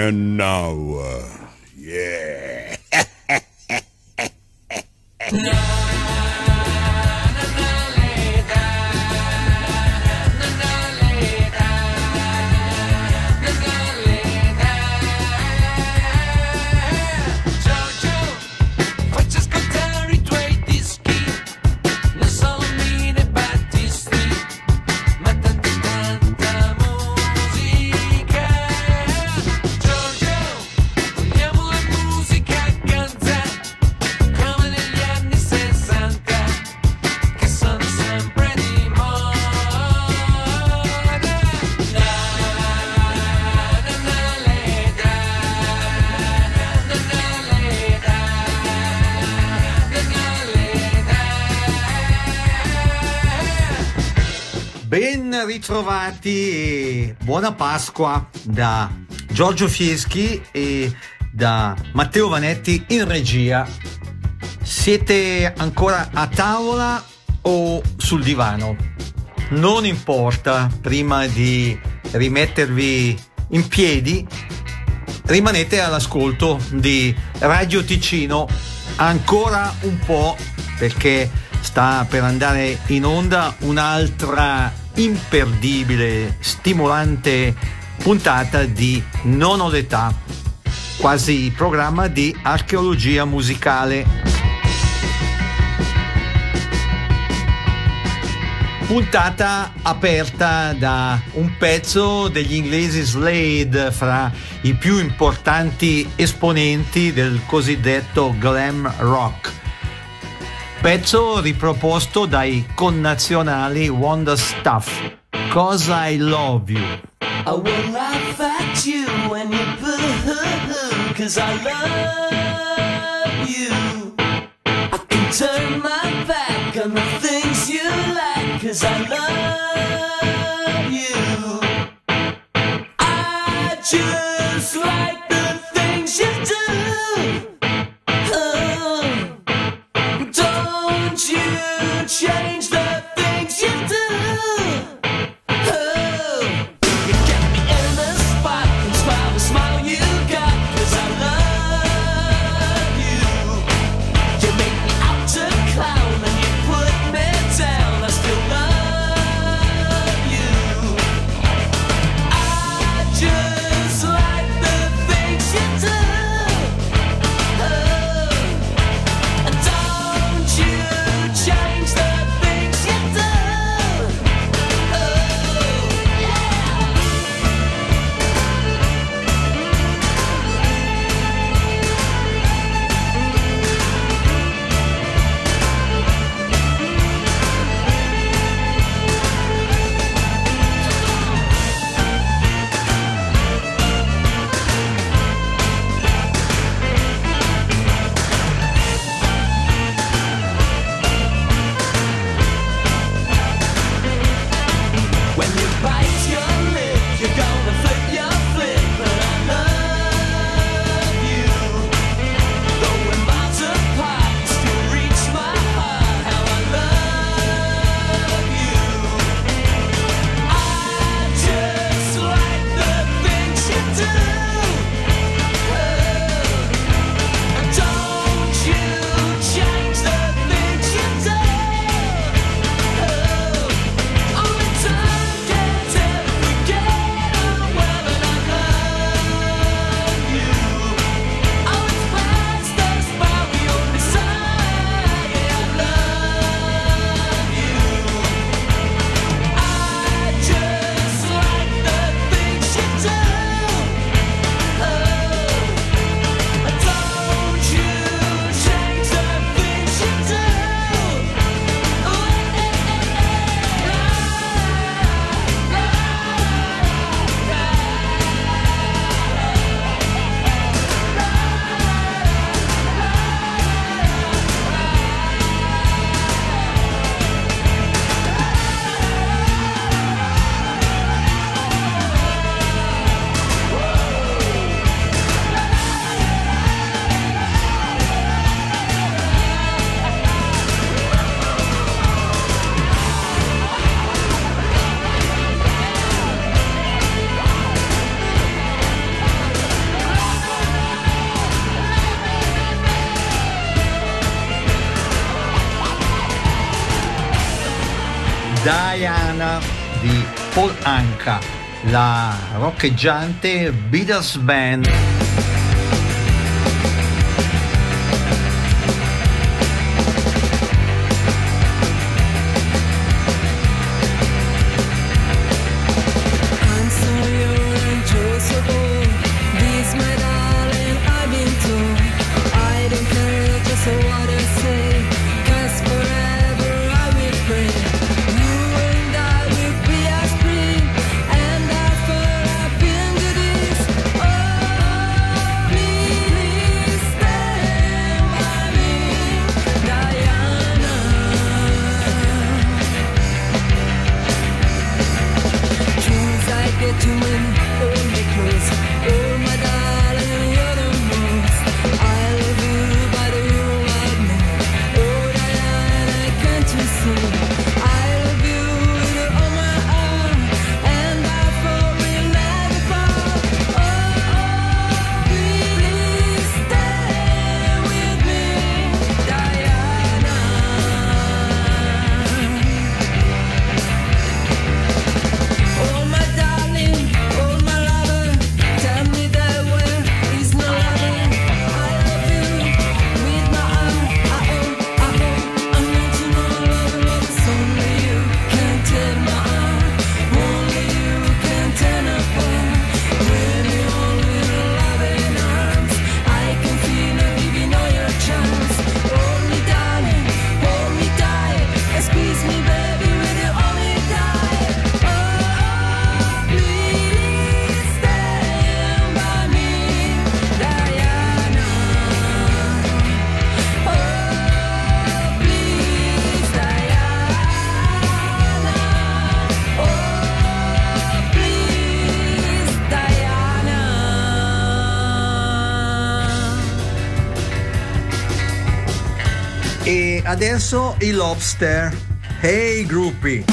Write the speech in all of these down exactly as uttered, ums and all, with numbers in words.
And now, uh, yeah. Ben ritrovati e buona Pasqua da Giorgio Fieschi e da Matteo Vanetti in regia. Siete ancora a tavola o sul divano? Non importa, prima di rimettervi in piedi rimanete all'ascolto di Radio Ticino ancora un po', perché sta per andare in onda un'altra imperdibile, stimolante puntata di Non ho d'età, quasi programma di archeologia musicale. Puntata aperta da un pezzo degli inglesi Slade, fra i più importanti esponenti del cosiddetto glam rock. Pezzo riproposto dai connazionali Wonder Stuff, 'Cause I Love You. I will laugh at you when you boo, 'cause I love you. I can turn my back on the things you like, 'cause I love you. I just like the things you do. Don't you change the things you do. Oh, you get me in the spot and smile the smile you got, 'cause I love you. You make me out to clown and you put me down, I still love Diana di Paul Anka, la roccheggiante Beatles Band. E adesso i Lobster. Hey gruppi!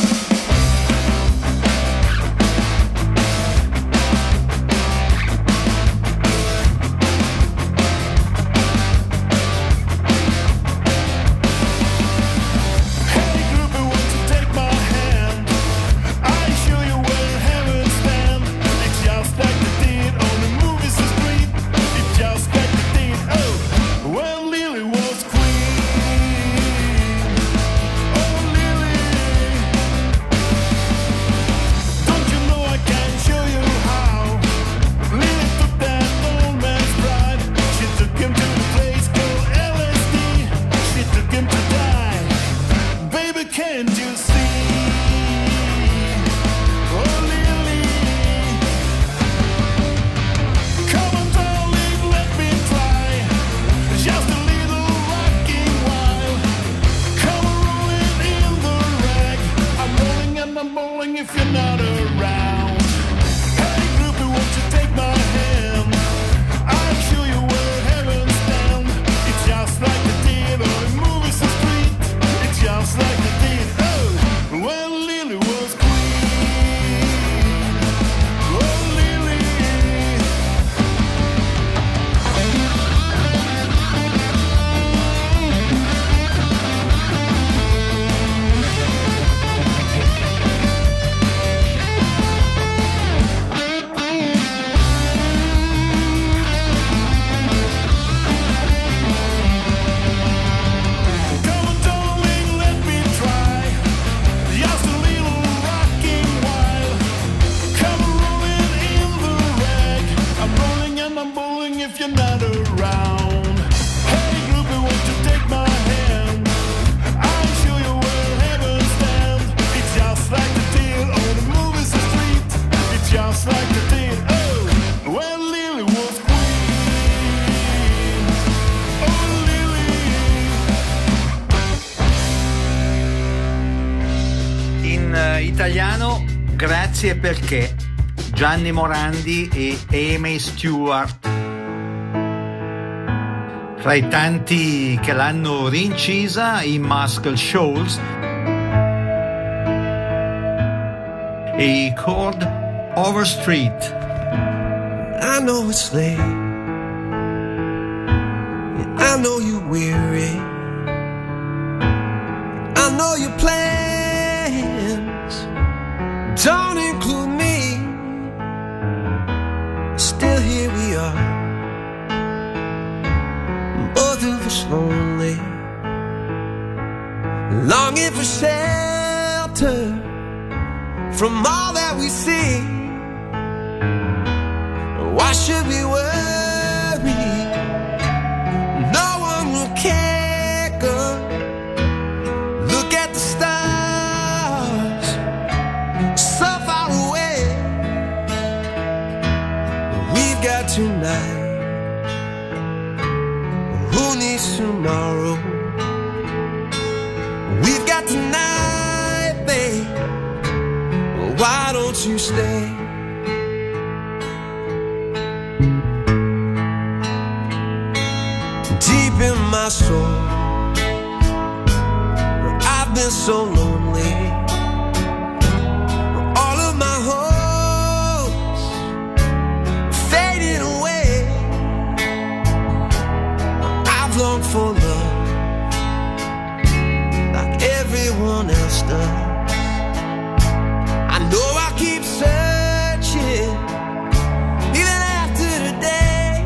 Italiano, grazie perché Gianni Morandi e Amy Stewart, fra i tanti che l'hanno rincisa, i Muscle Shoals e i Chord Overstreet. I know it's late, I know you're weary, I know you're playing this lonely, longing for shelter from all that we see. Why should we worry? No one will care, girl. Look at the stars, so far away. We've got tonight. Who needs tomorrow? We've got tonight, babe. Why don't you stay? Deep in my soul, I've been so lonely. All of my hopes fading away. I've longed for love like everyone else does. I know I keep searching even after today.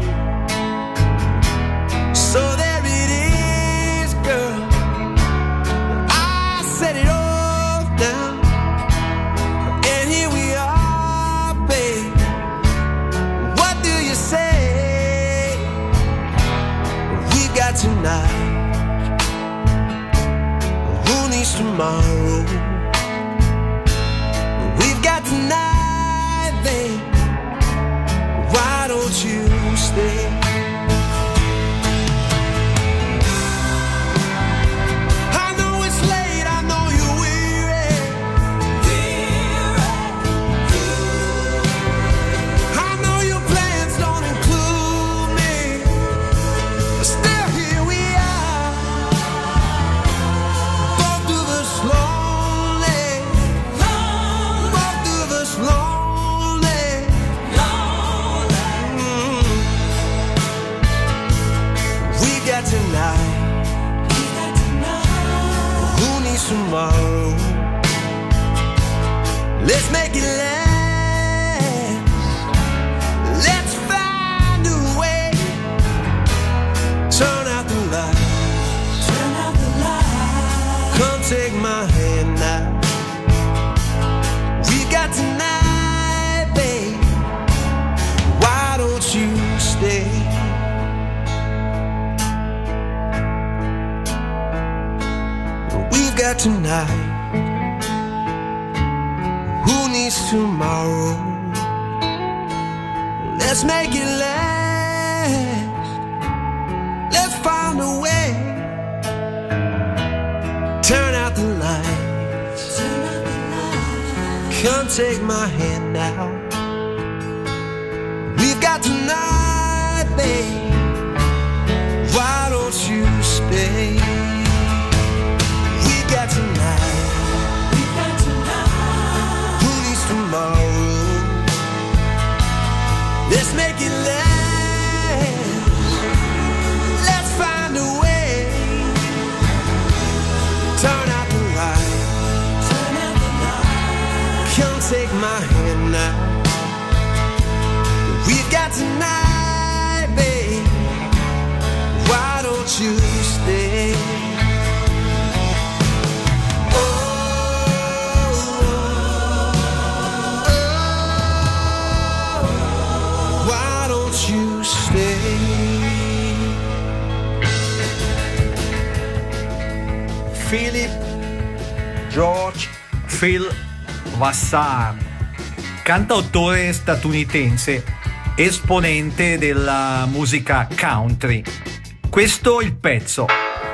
So there it is, girl. I set it all down, and here we are, babe. What do you say? We've got tonight. Who needs tomorrow? We've got tonight, babe. Why don't you stay? Tomorrow, let's make it last. Let's find a way. Turn out the lights. Turn out the lights. Come take my hand now. We got tonight, babe. Why don't you stay? Got tonight. Who needs tomorrow? Let's make it last. Let's find a way. Turn out the lights. Come take my hand now. We've got tonight, babe. Why don't you stay? Got tonight. We got tonight. Who needs tomorrow? Let's make it last. Let's find a way. Turn out the lights. Turn out the lights. Come take my hand now. We've got tonight, babe. Why don't you stay? Philip George Phil Vassar, cantautore statunitense, esponente della musica country. Questo il pezzo.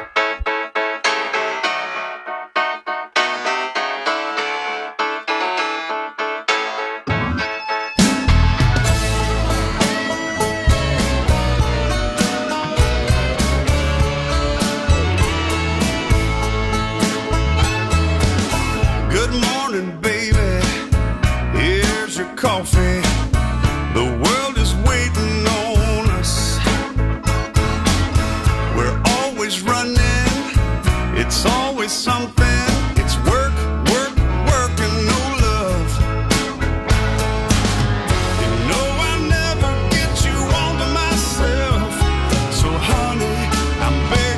Coffee. The world is waiting on us. We're always running. It's always something. It's work, work, work, and no love. You know I'll never get you all to myself. So honey, I'm begging.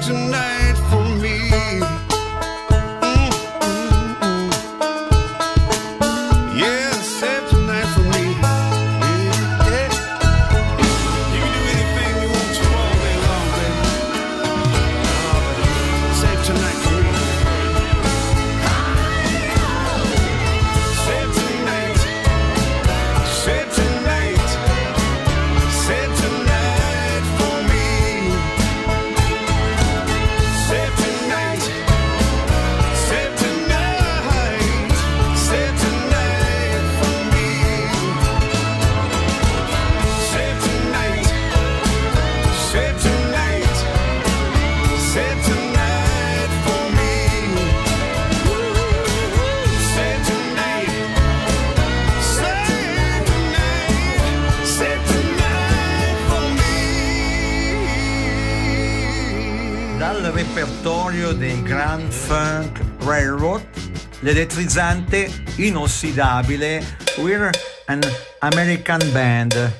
tonight for me. Repertorio dei Grand Funk Railroad, l'elettrizzante inossidabile We're an American Band.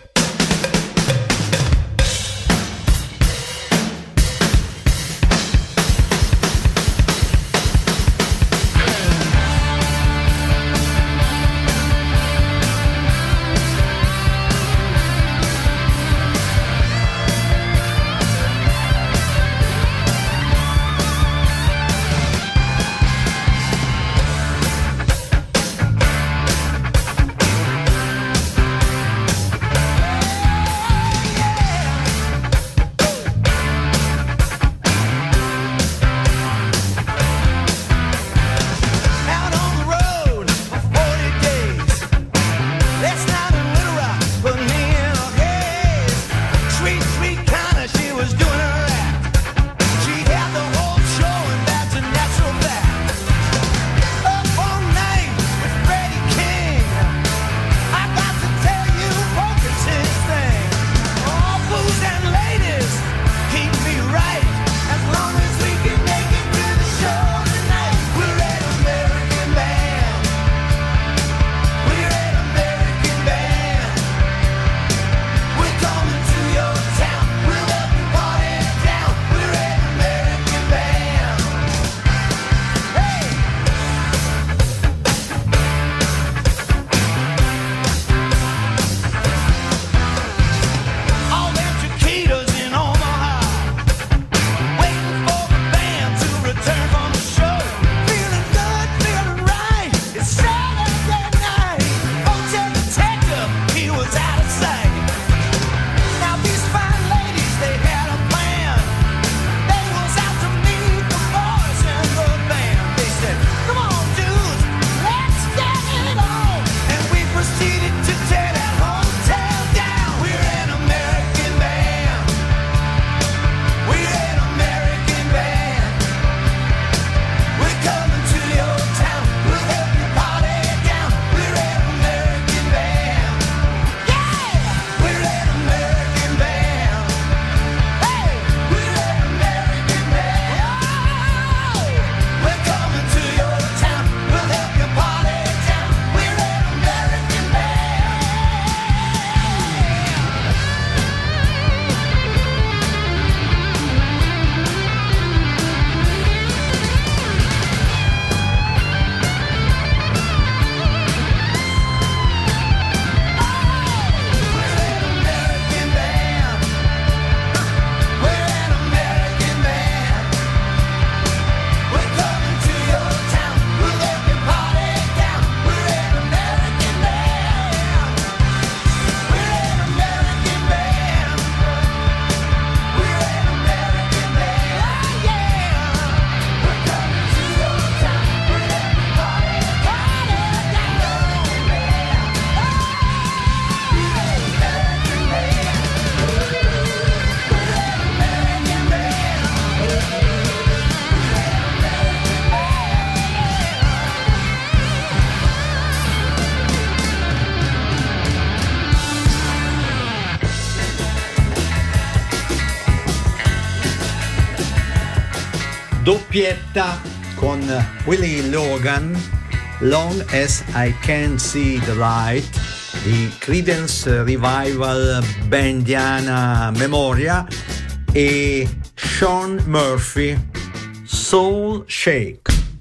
doppietta con Willie Logan, Long as I Can See the Light, di Creedence Revival Bandiana Memoria, e Sean Murphy, Soul Shake.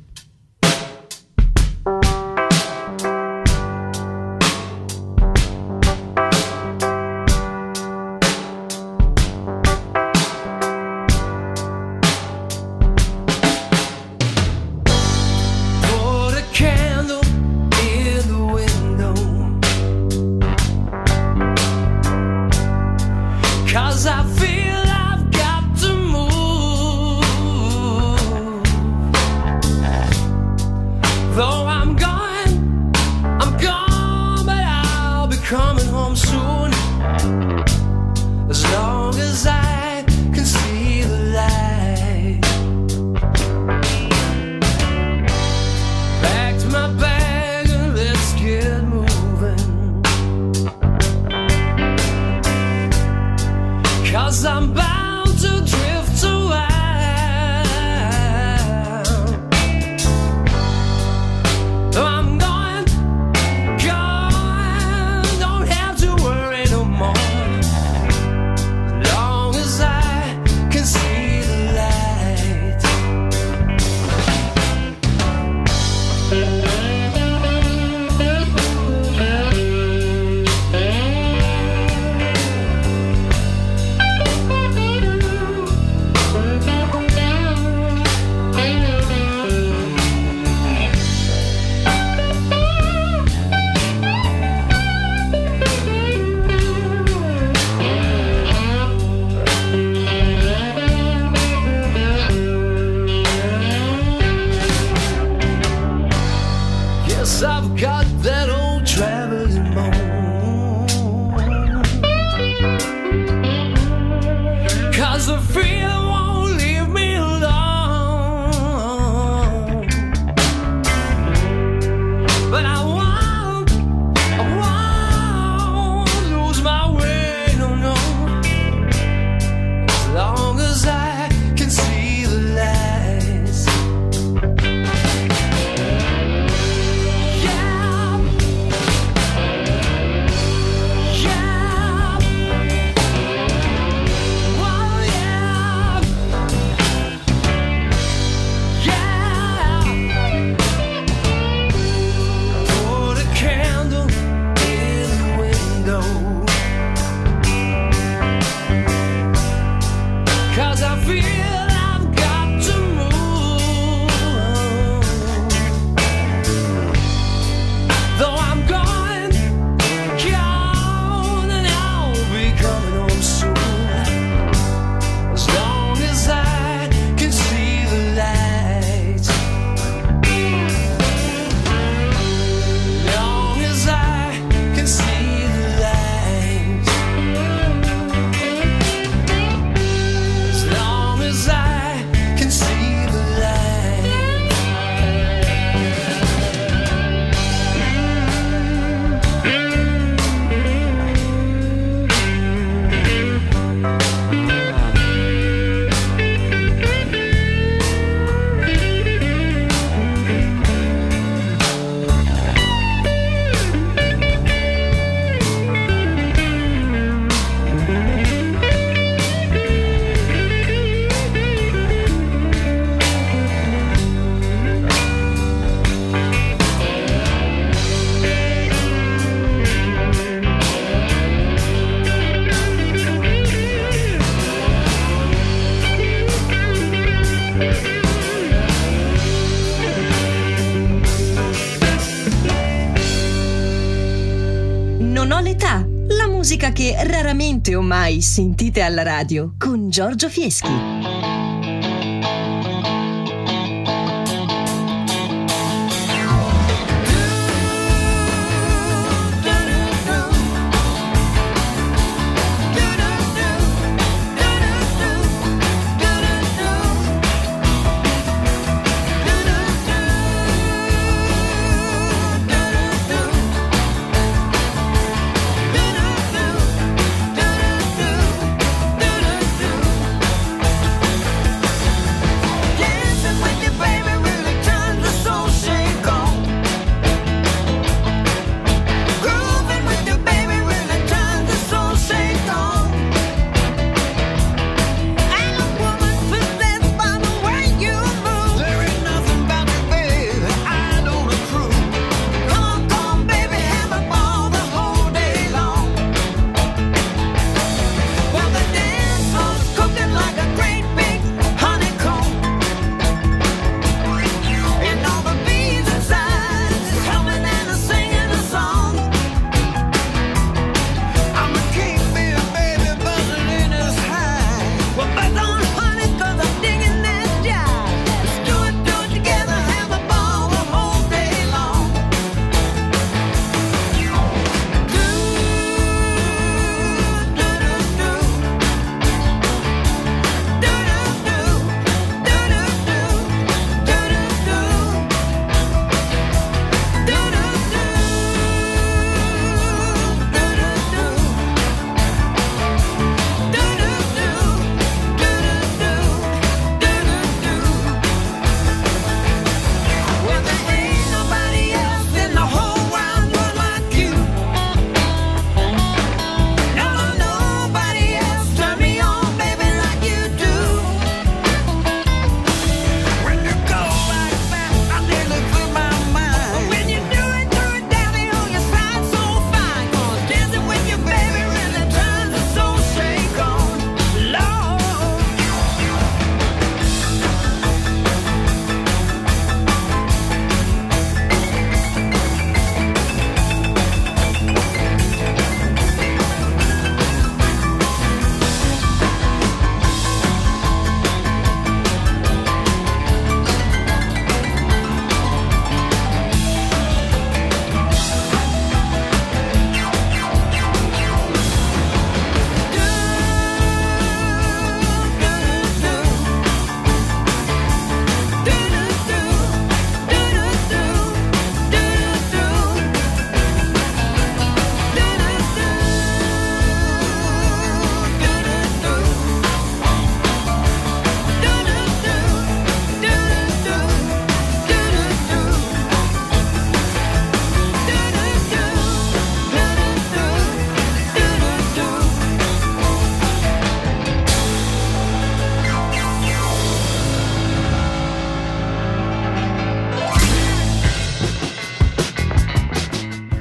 Musica che raramente o mai sentite alla radio con Giorgio Fieschi.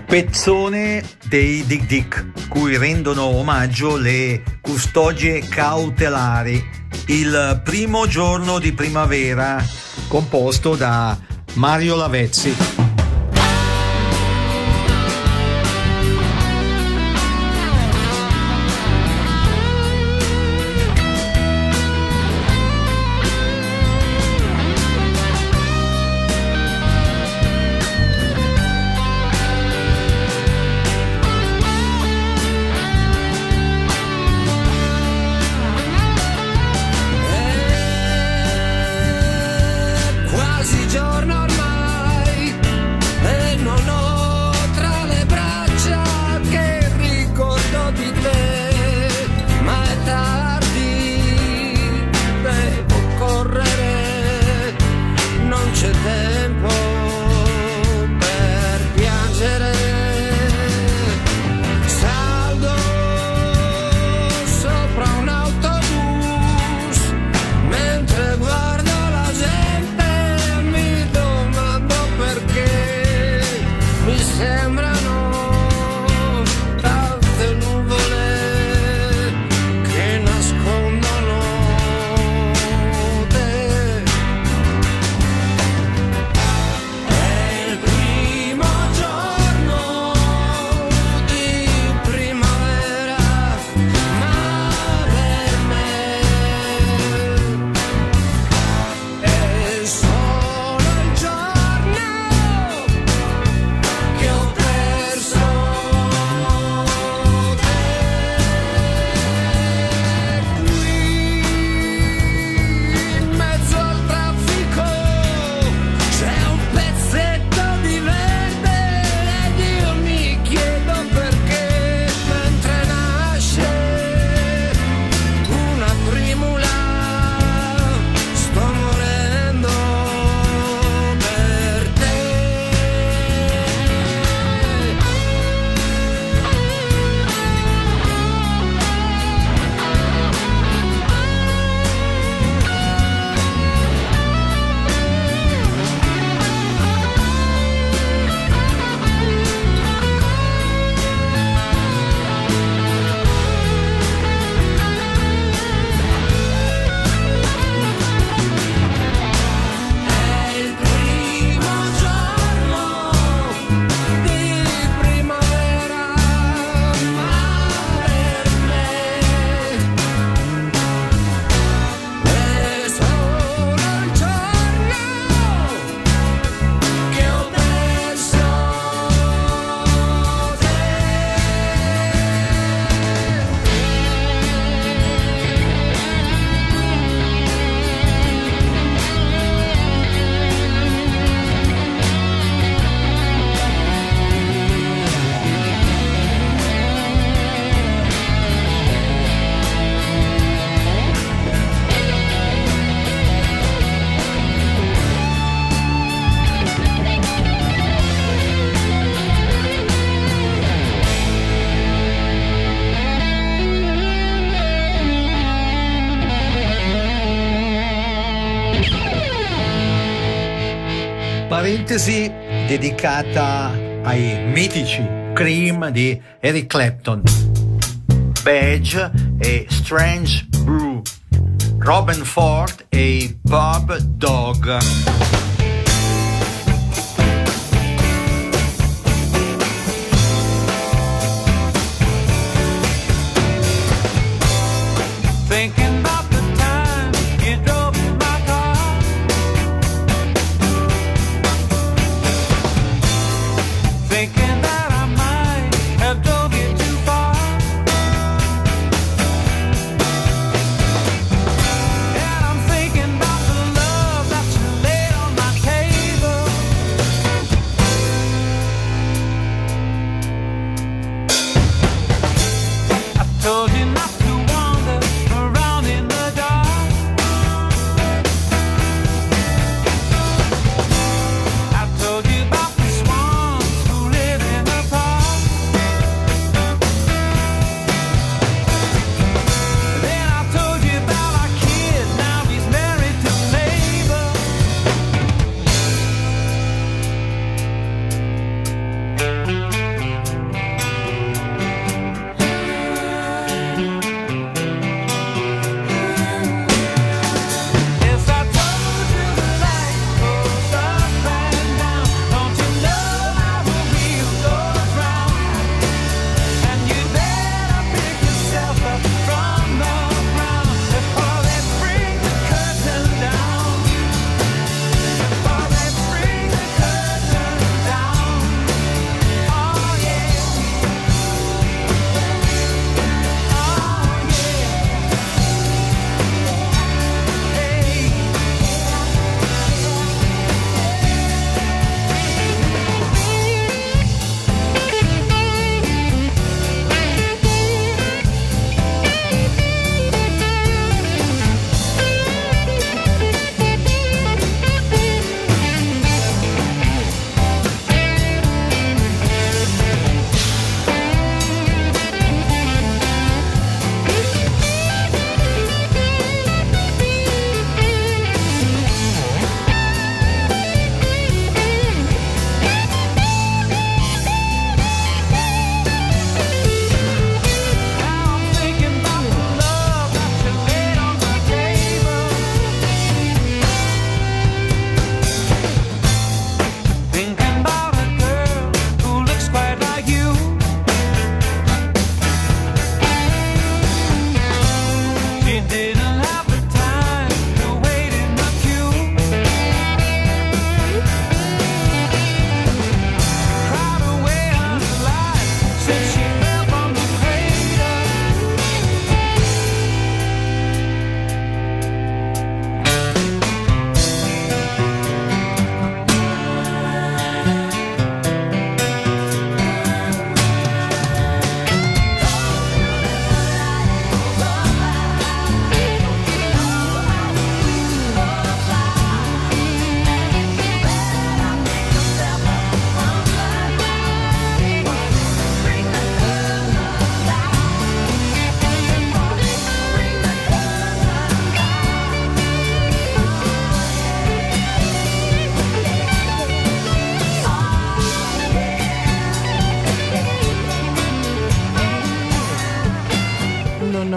Pezzone dei Dick Dick, cui rendono omaggio le custodie cautelari, il primo giorno di primavera, composto da Mario Lavezzi. Parentesi dedicata ai mitici Cream di Eric Clapton, Badge e Strange Brew, Robin Ford e Bob Dog. And I'm thinking about the love that you laid on my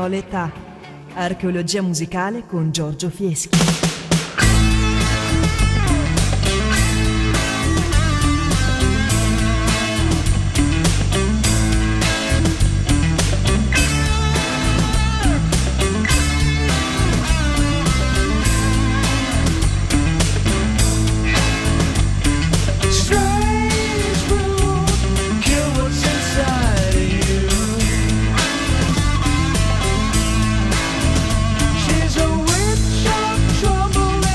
l'età. Archeologia musicale con Giorgio Fieschi. She's a witch of trouble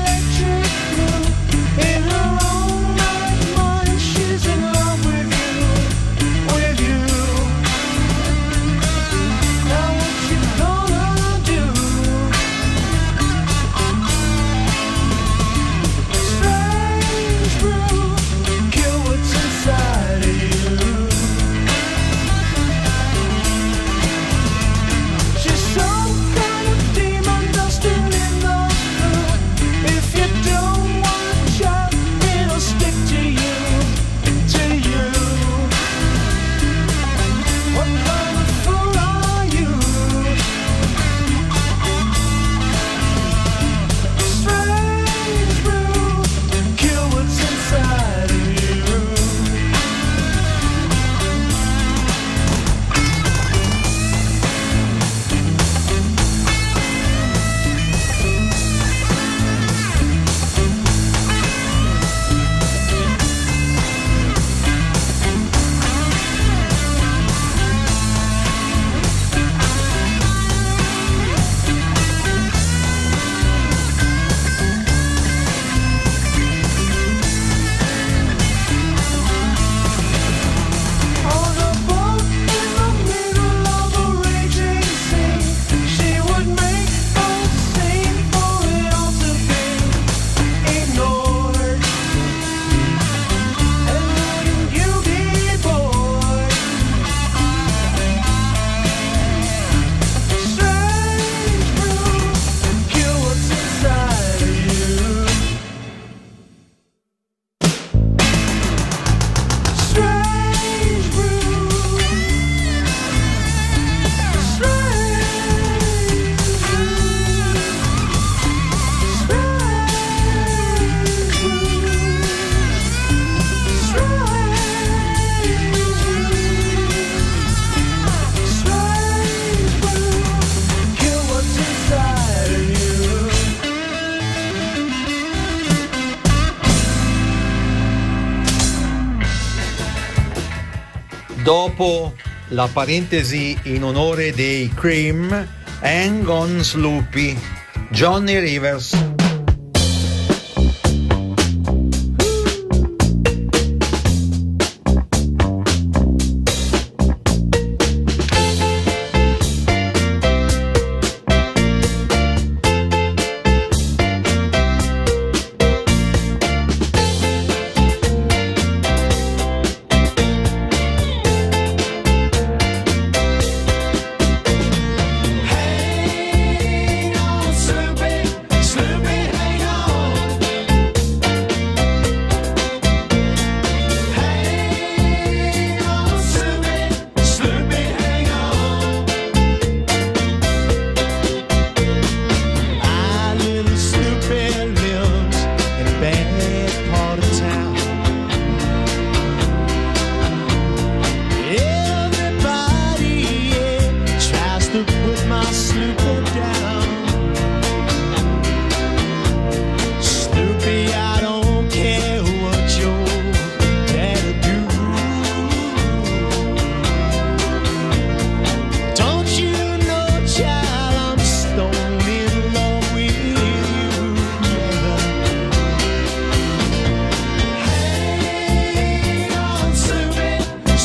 Dopo la parentesi in onore dei Cream, Hang on Sloopy, Johnny Rivers.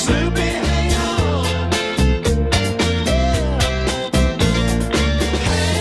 Hey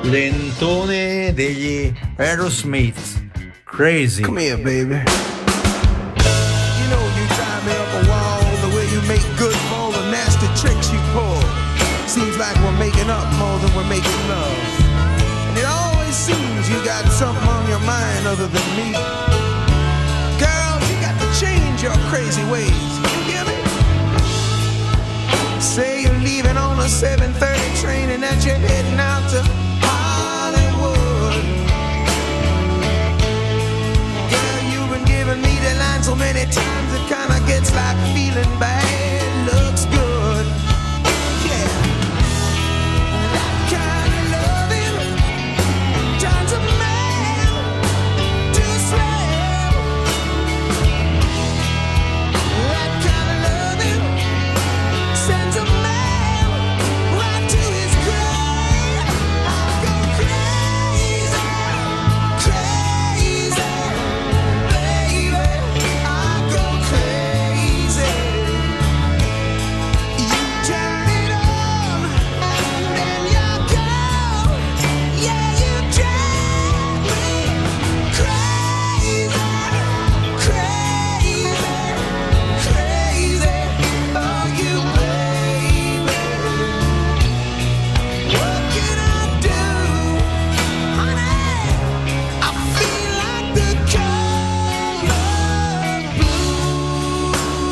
lentone degli Aerosmith, Crazy. Come here, baby. You know you drive me up a wall, the way you make good for all the nasty tricks you pull. Seems like we're making up more than we're making love. And it always seems you got something on your mind other than me. Girl, you got to change your crazy ways. You hear me? Say you're leaving on a seven thirty train and that you're heading out to Hollywood. Girl, you've been giving me the line so many times it kinda gets like feeling bad looks good. Yeah, that kind of loving turns a man to a slave. That kind of loving sends a man right to his grave. I go crazy, crazy, baby. I go crazy. You turn it on, and then you go. Yeah, you drive me crazy, crazy, crazy. Oh, you baby. What can I do, honey? I feel like the color blue.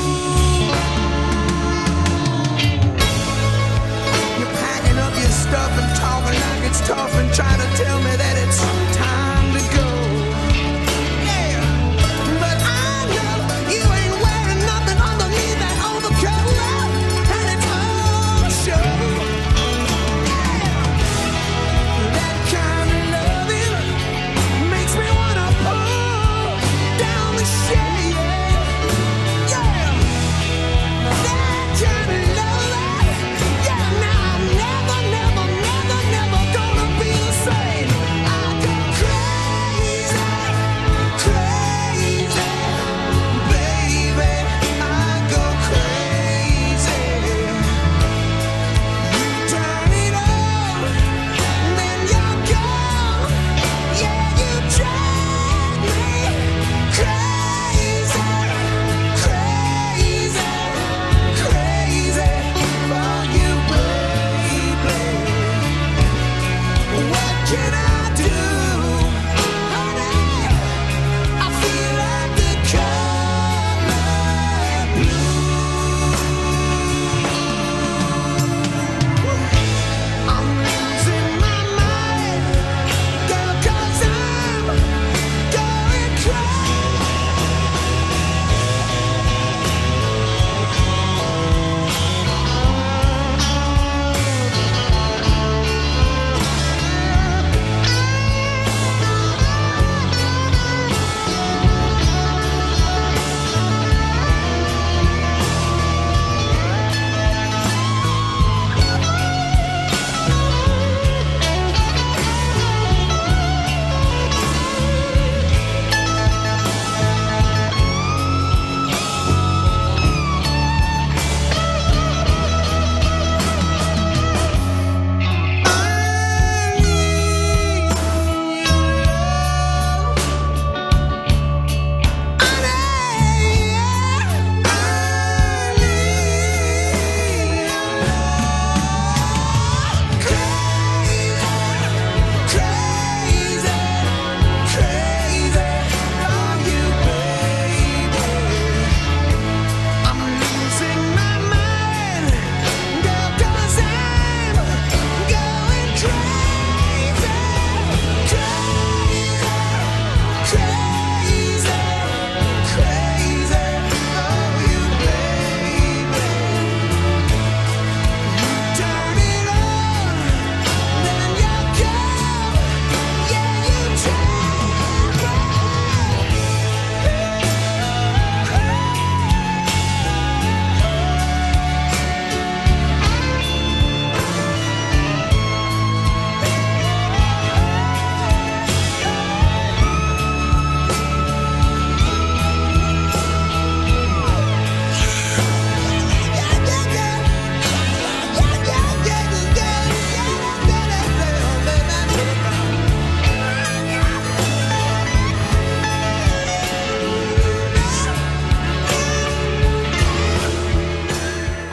You're packing up your stuff and talking like it's tough and trying to tell me that it's time to go. Yeah, but I know you ain't wearing nothing underneath that overcoat, and it's all show. That kind of loving makes me wanna pull down the shade. Yeah, that kind of loving. Yeah, now I'm never, never, never, never gonna be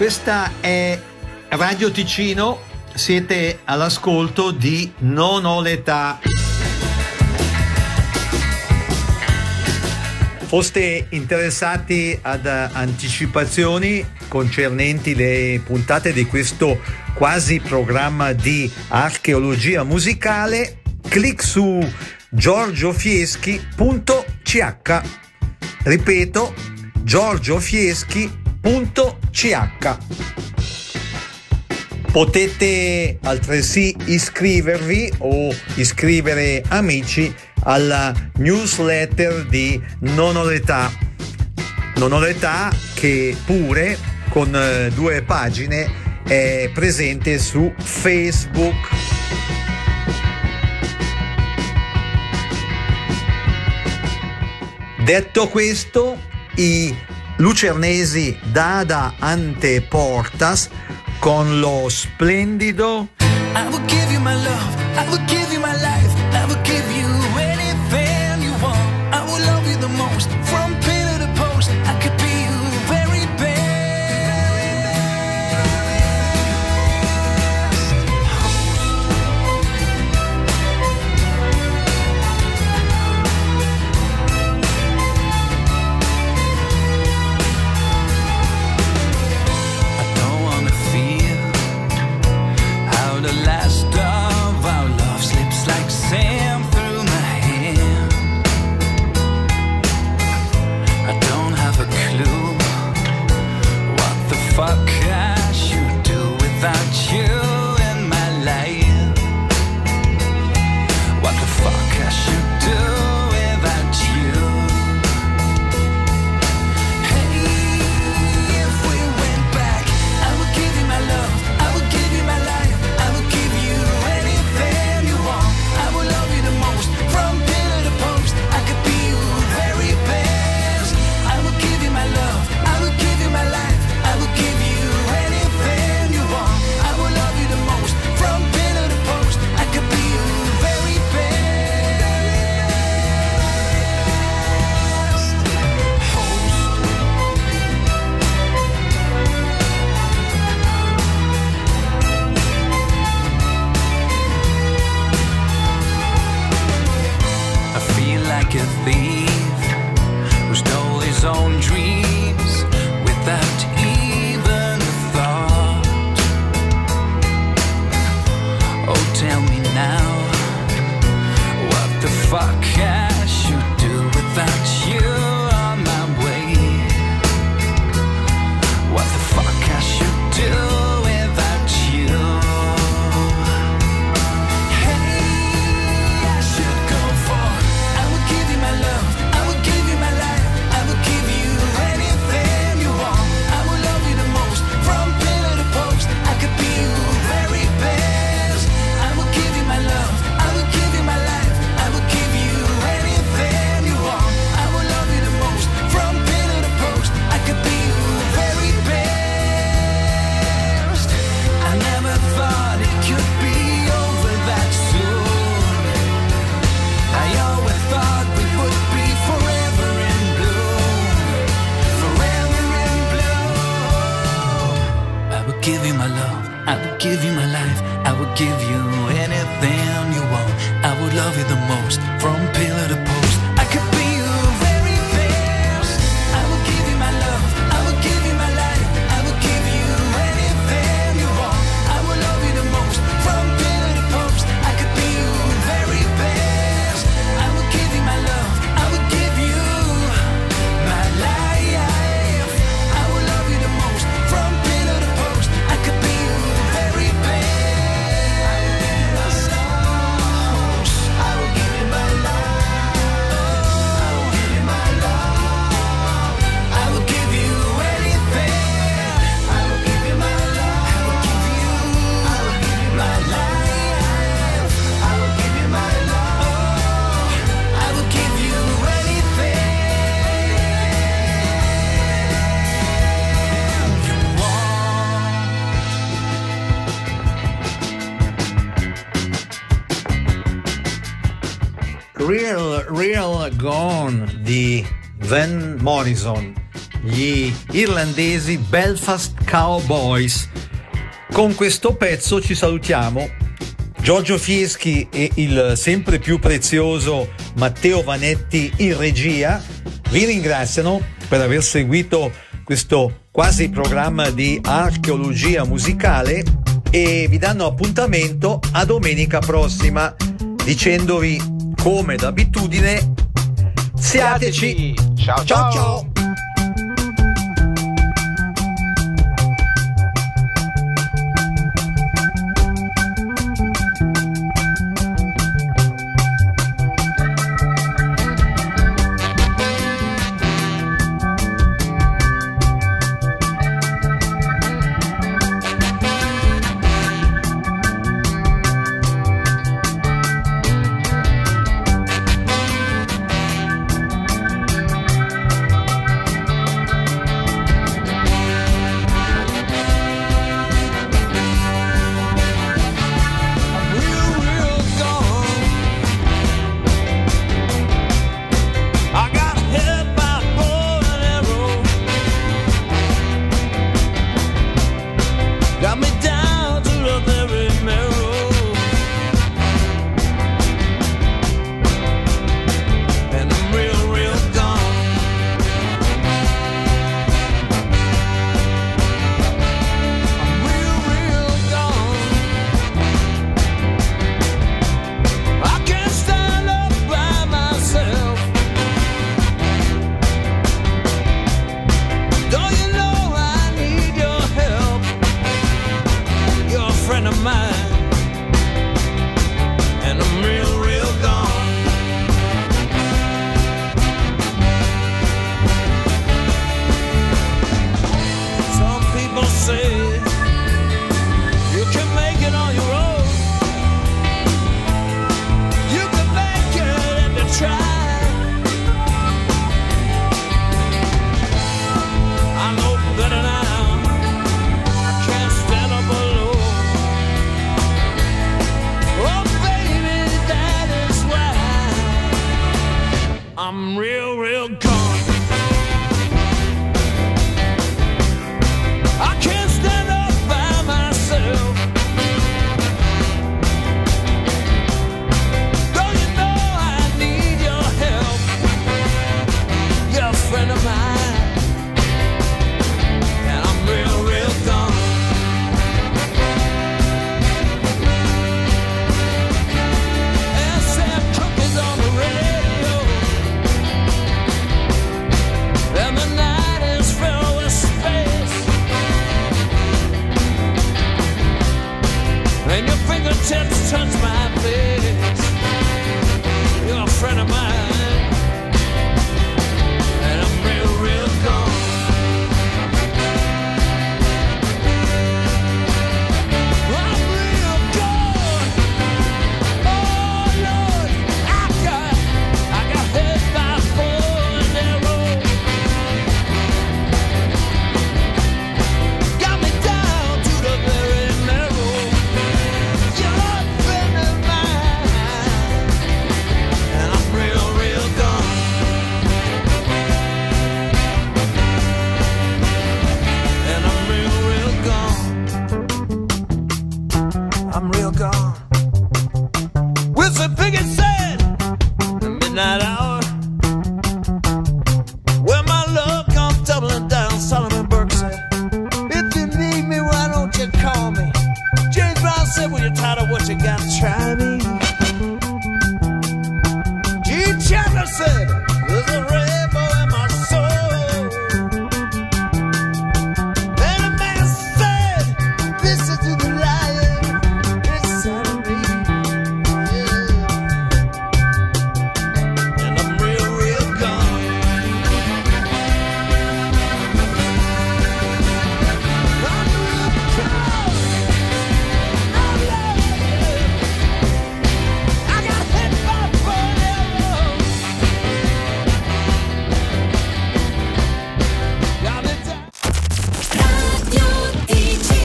Questa è Radio Ticino, siete all'ascolto di Non ho l'età. Foste interessati ad anticipazioni concernenti le puntate di questo quasi programma di archeologia musicale, clic su giorgiofieschi punto c h. Ripeto, giorgiofieschi punto c h. Potete altresì iscrivervi o iscrivere amici alla newsletter di Non ho l'età. Non ho l'età che pure con eh, due pagine è presente su Facebook. Detto questo, i lucernesi Dada Ante Portas con lo splendido I will give you my love, I will give you my life, I will give you anything you want. I will love you the most, from pillar to post. I could be your very the last of our love slips like sand through my hand. I don't have a clue what the fuck I should do without you in my life. What the fuck I should do without you. Hey, if we went back, I would give you my love, I would give you my life. Like a thief who stole his own dreams without even a thought. Oh, tell me now what the fuck I should do without you on my way. What the fuck I should do without you. Give you my love, I would give you my life, I would give you anything you want. I would love you the most, from pillar to post. I could be your very best. I would give you my love, I would give you my life, I would give you anything you want. I would love you the most, from pillar to post. I could be your very best. I would give you my love, I would give you my life. I would love you the most, from pillar to post. I could be your very best. I will give you my love. I will give you my love. I will give you anything. I will give you my love. I will give you. I will give you my life. I will give you my love. I will give you anything you want. Real Real Gone di Van Morrison. gli irlandesi Belfast Cowboys. Con questo pezzo ci salutiamo. Giorgio Fieschi e il sempre più prezioso Matteo Vanetti in regia vi ringraziano per aver seguito questo quasi programma di archeologia musicale e vi danno appuntamento a domenica prossima dicendovi come d'abitudine siateci. Ciao ciao, ciao, ciao. Said, well, you're tired of what you got, try me.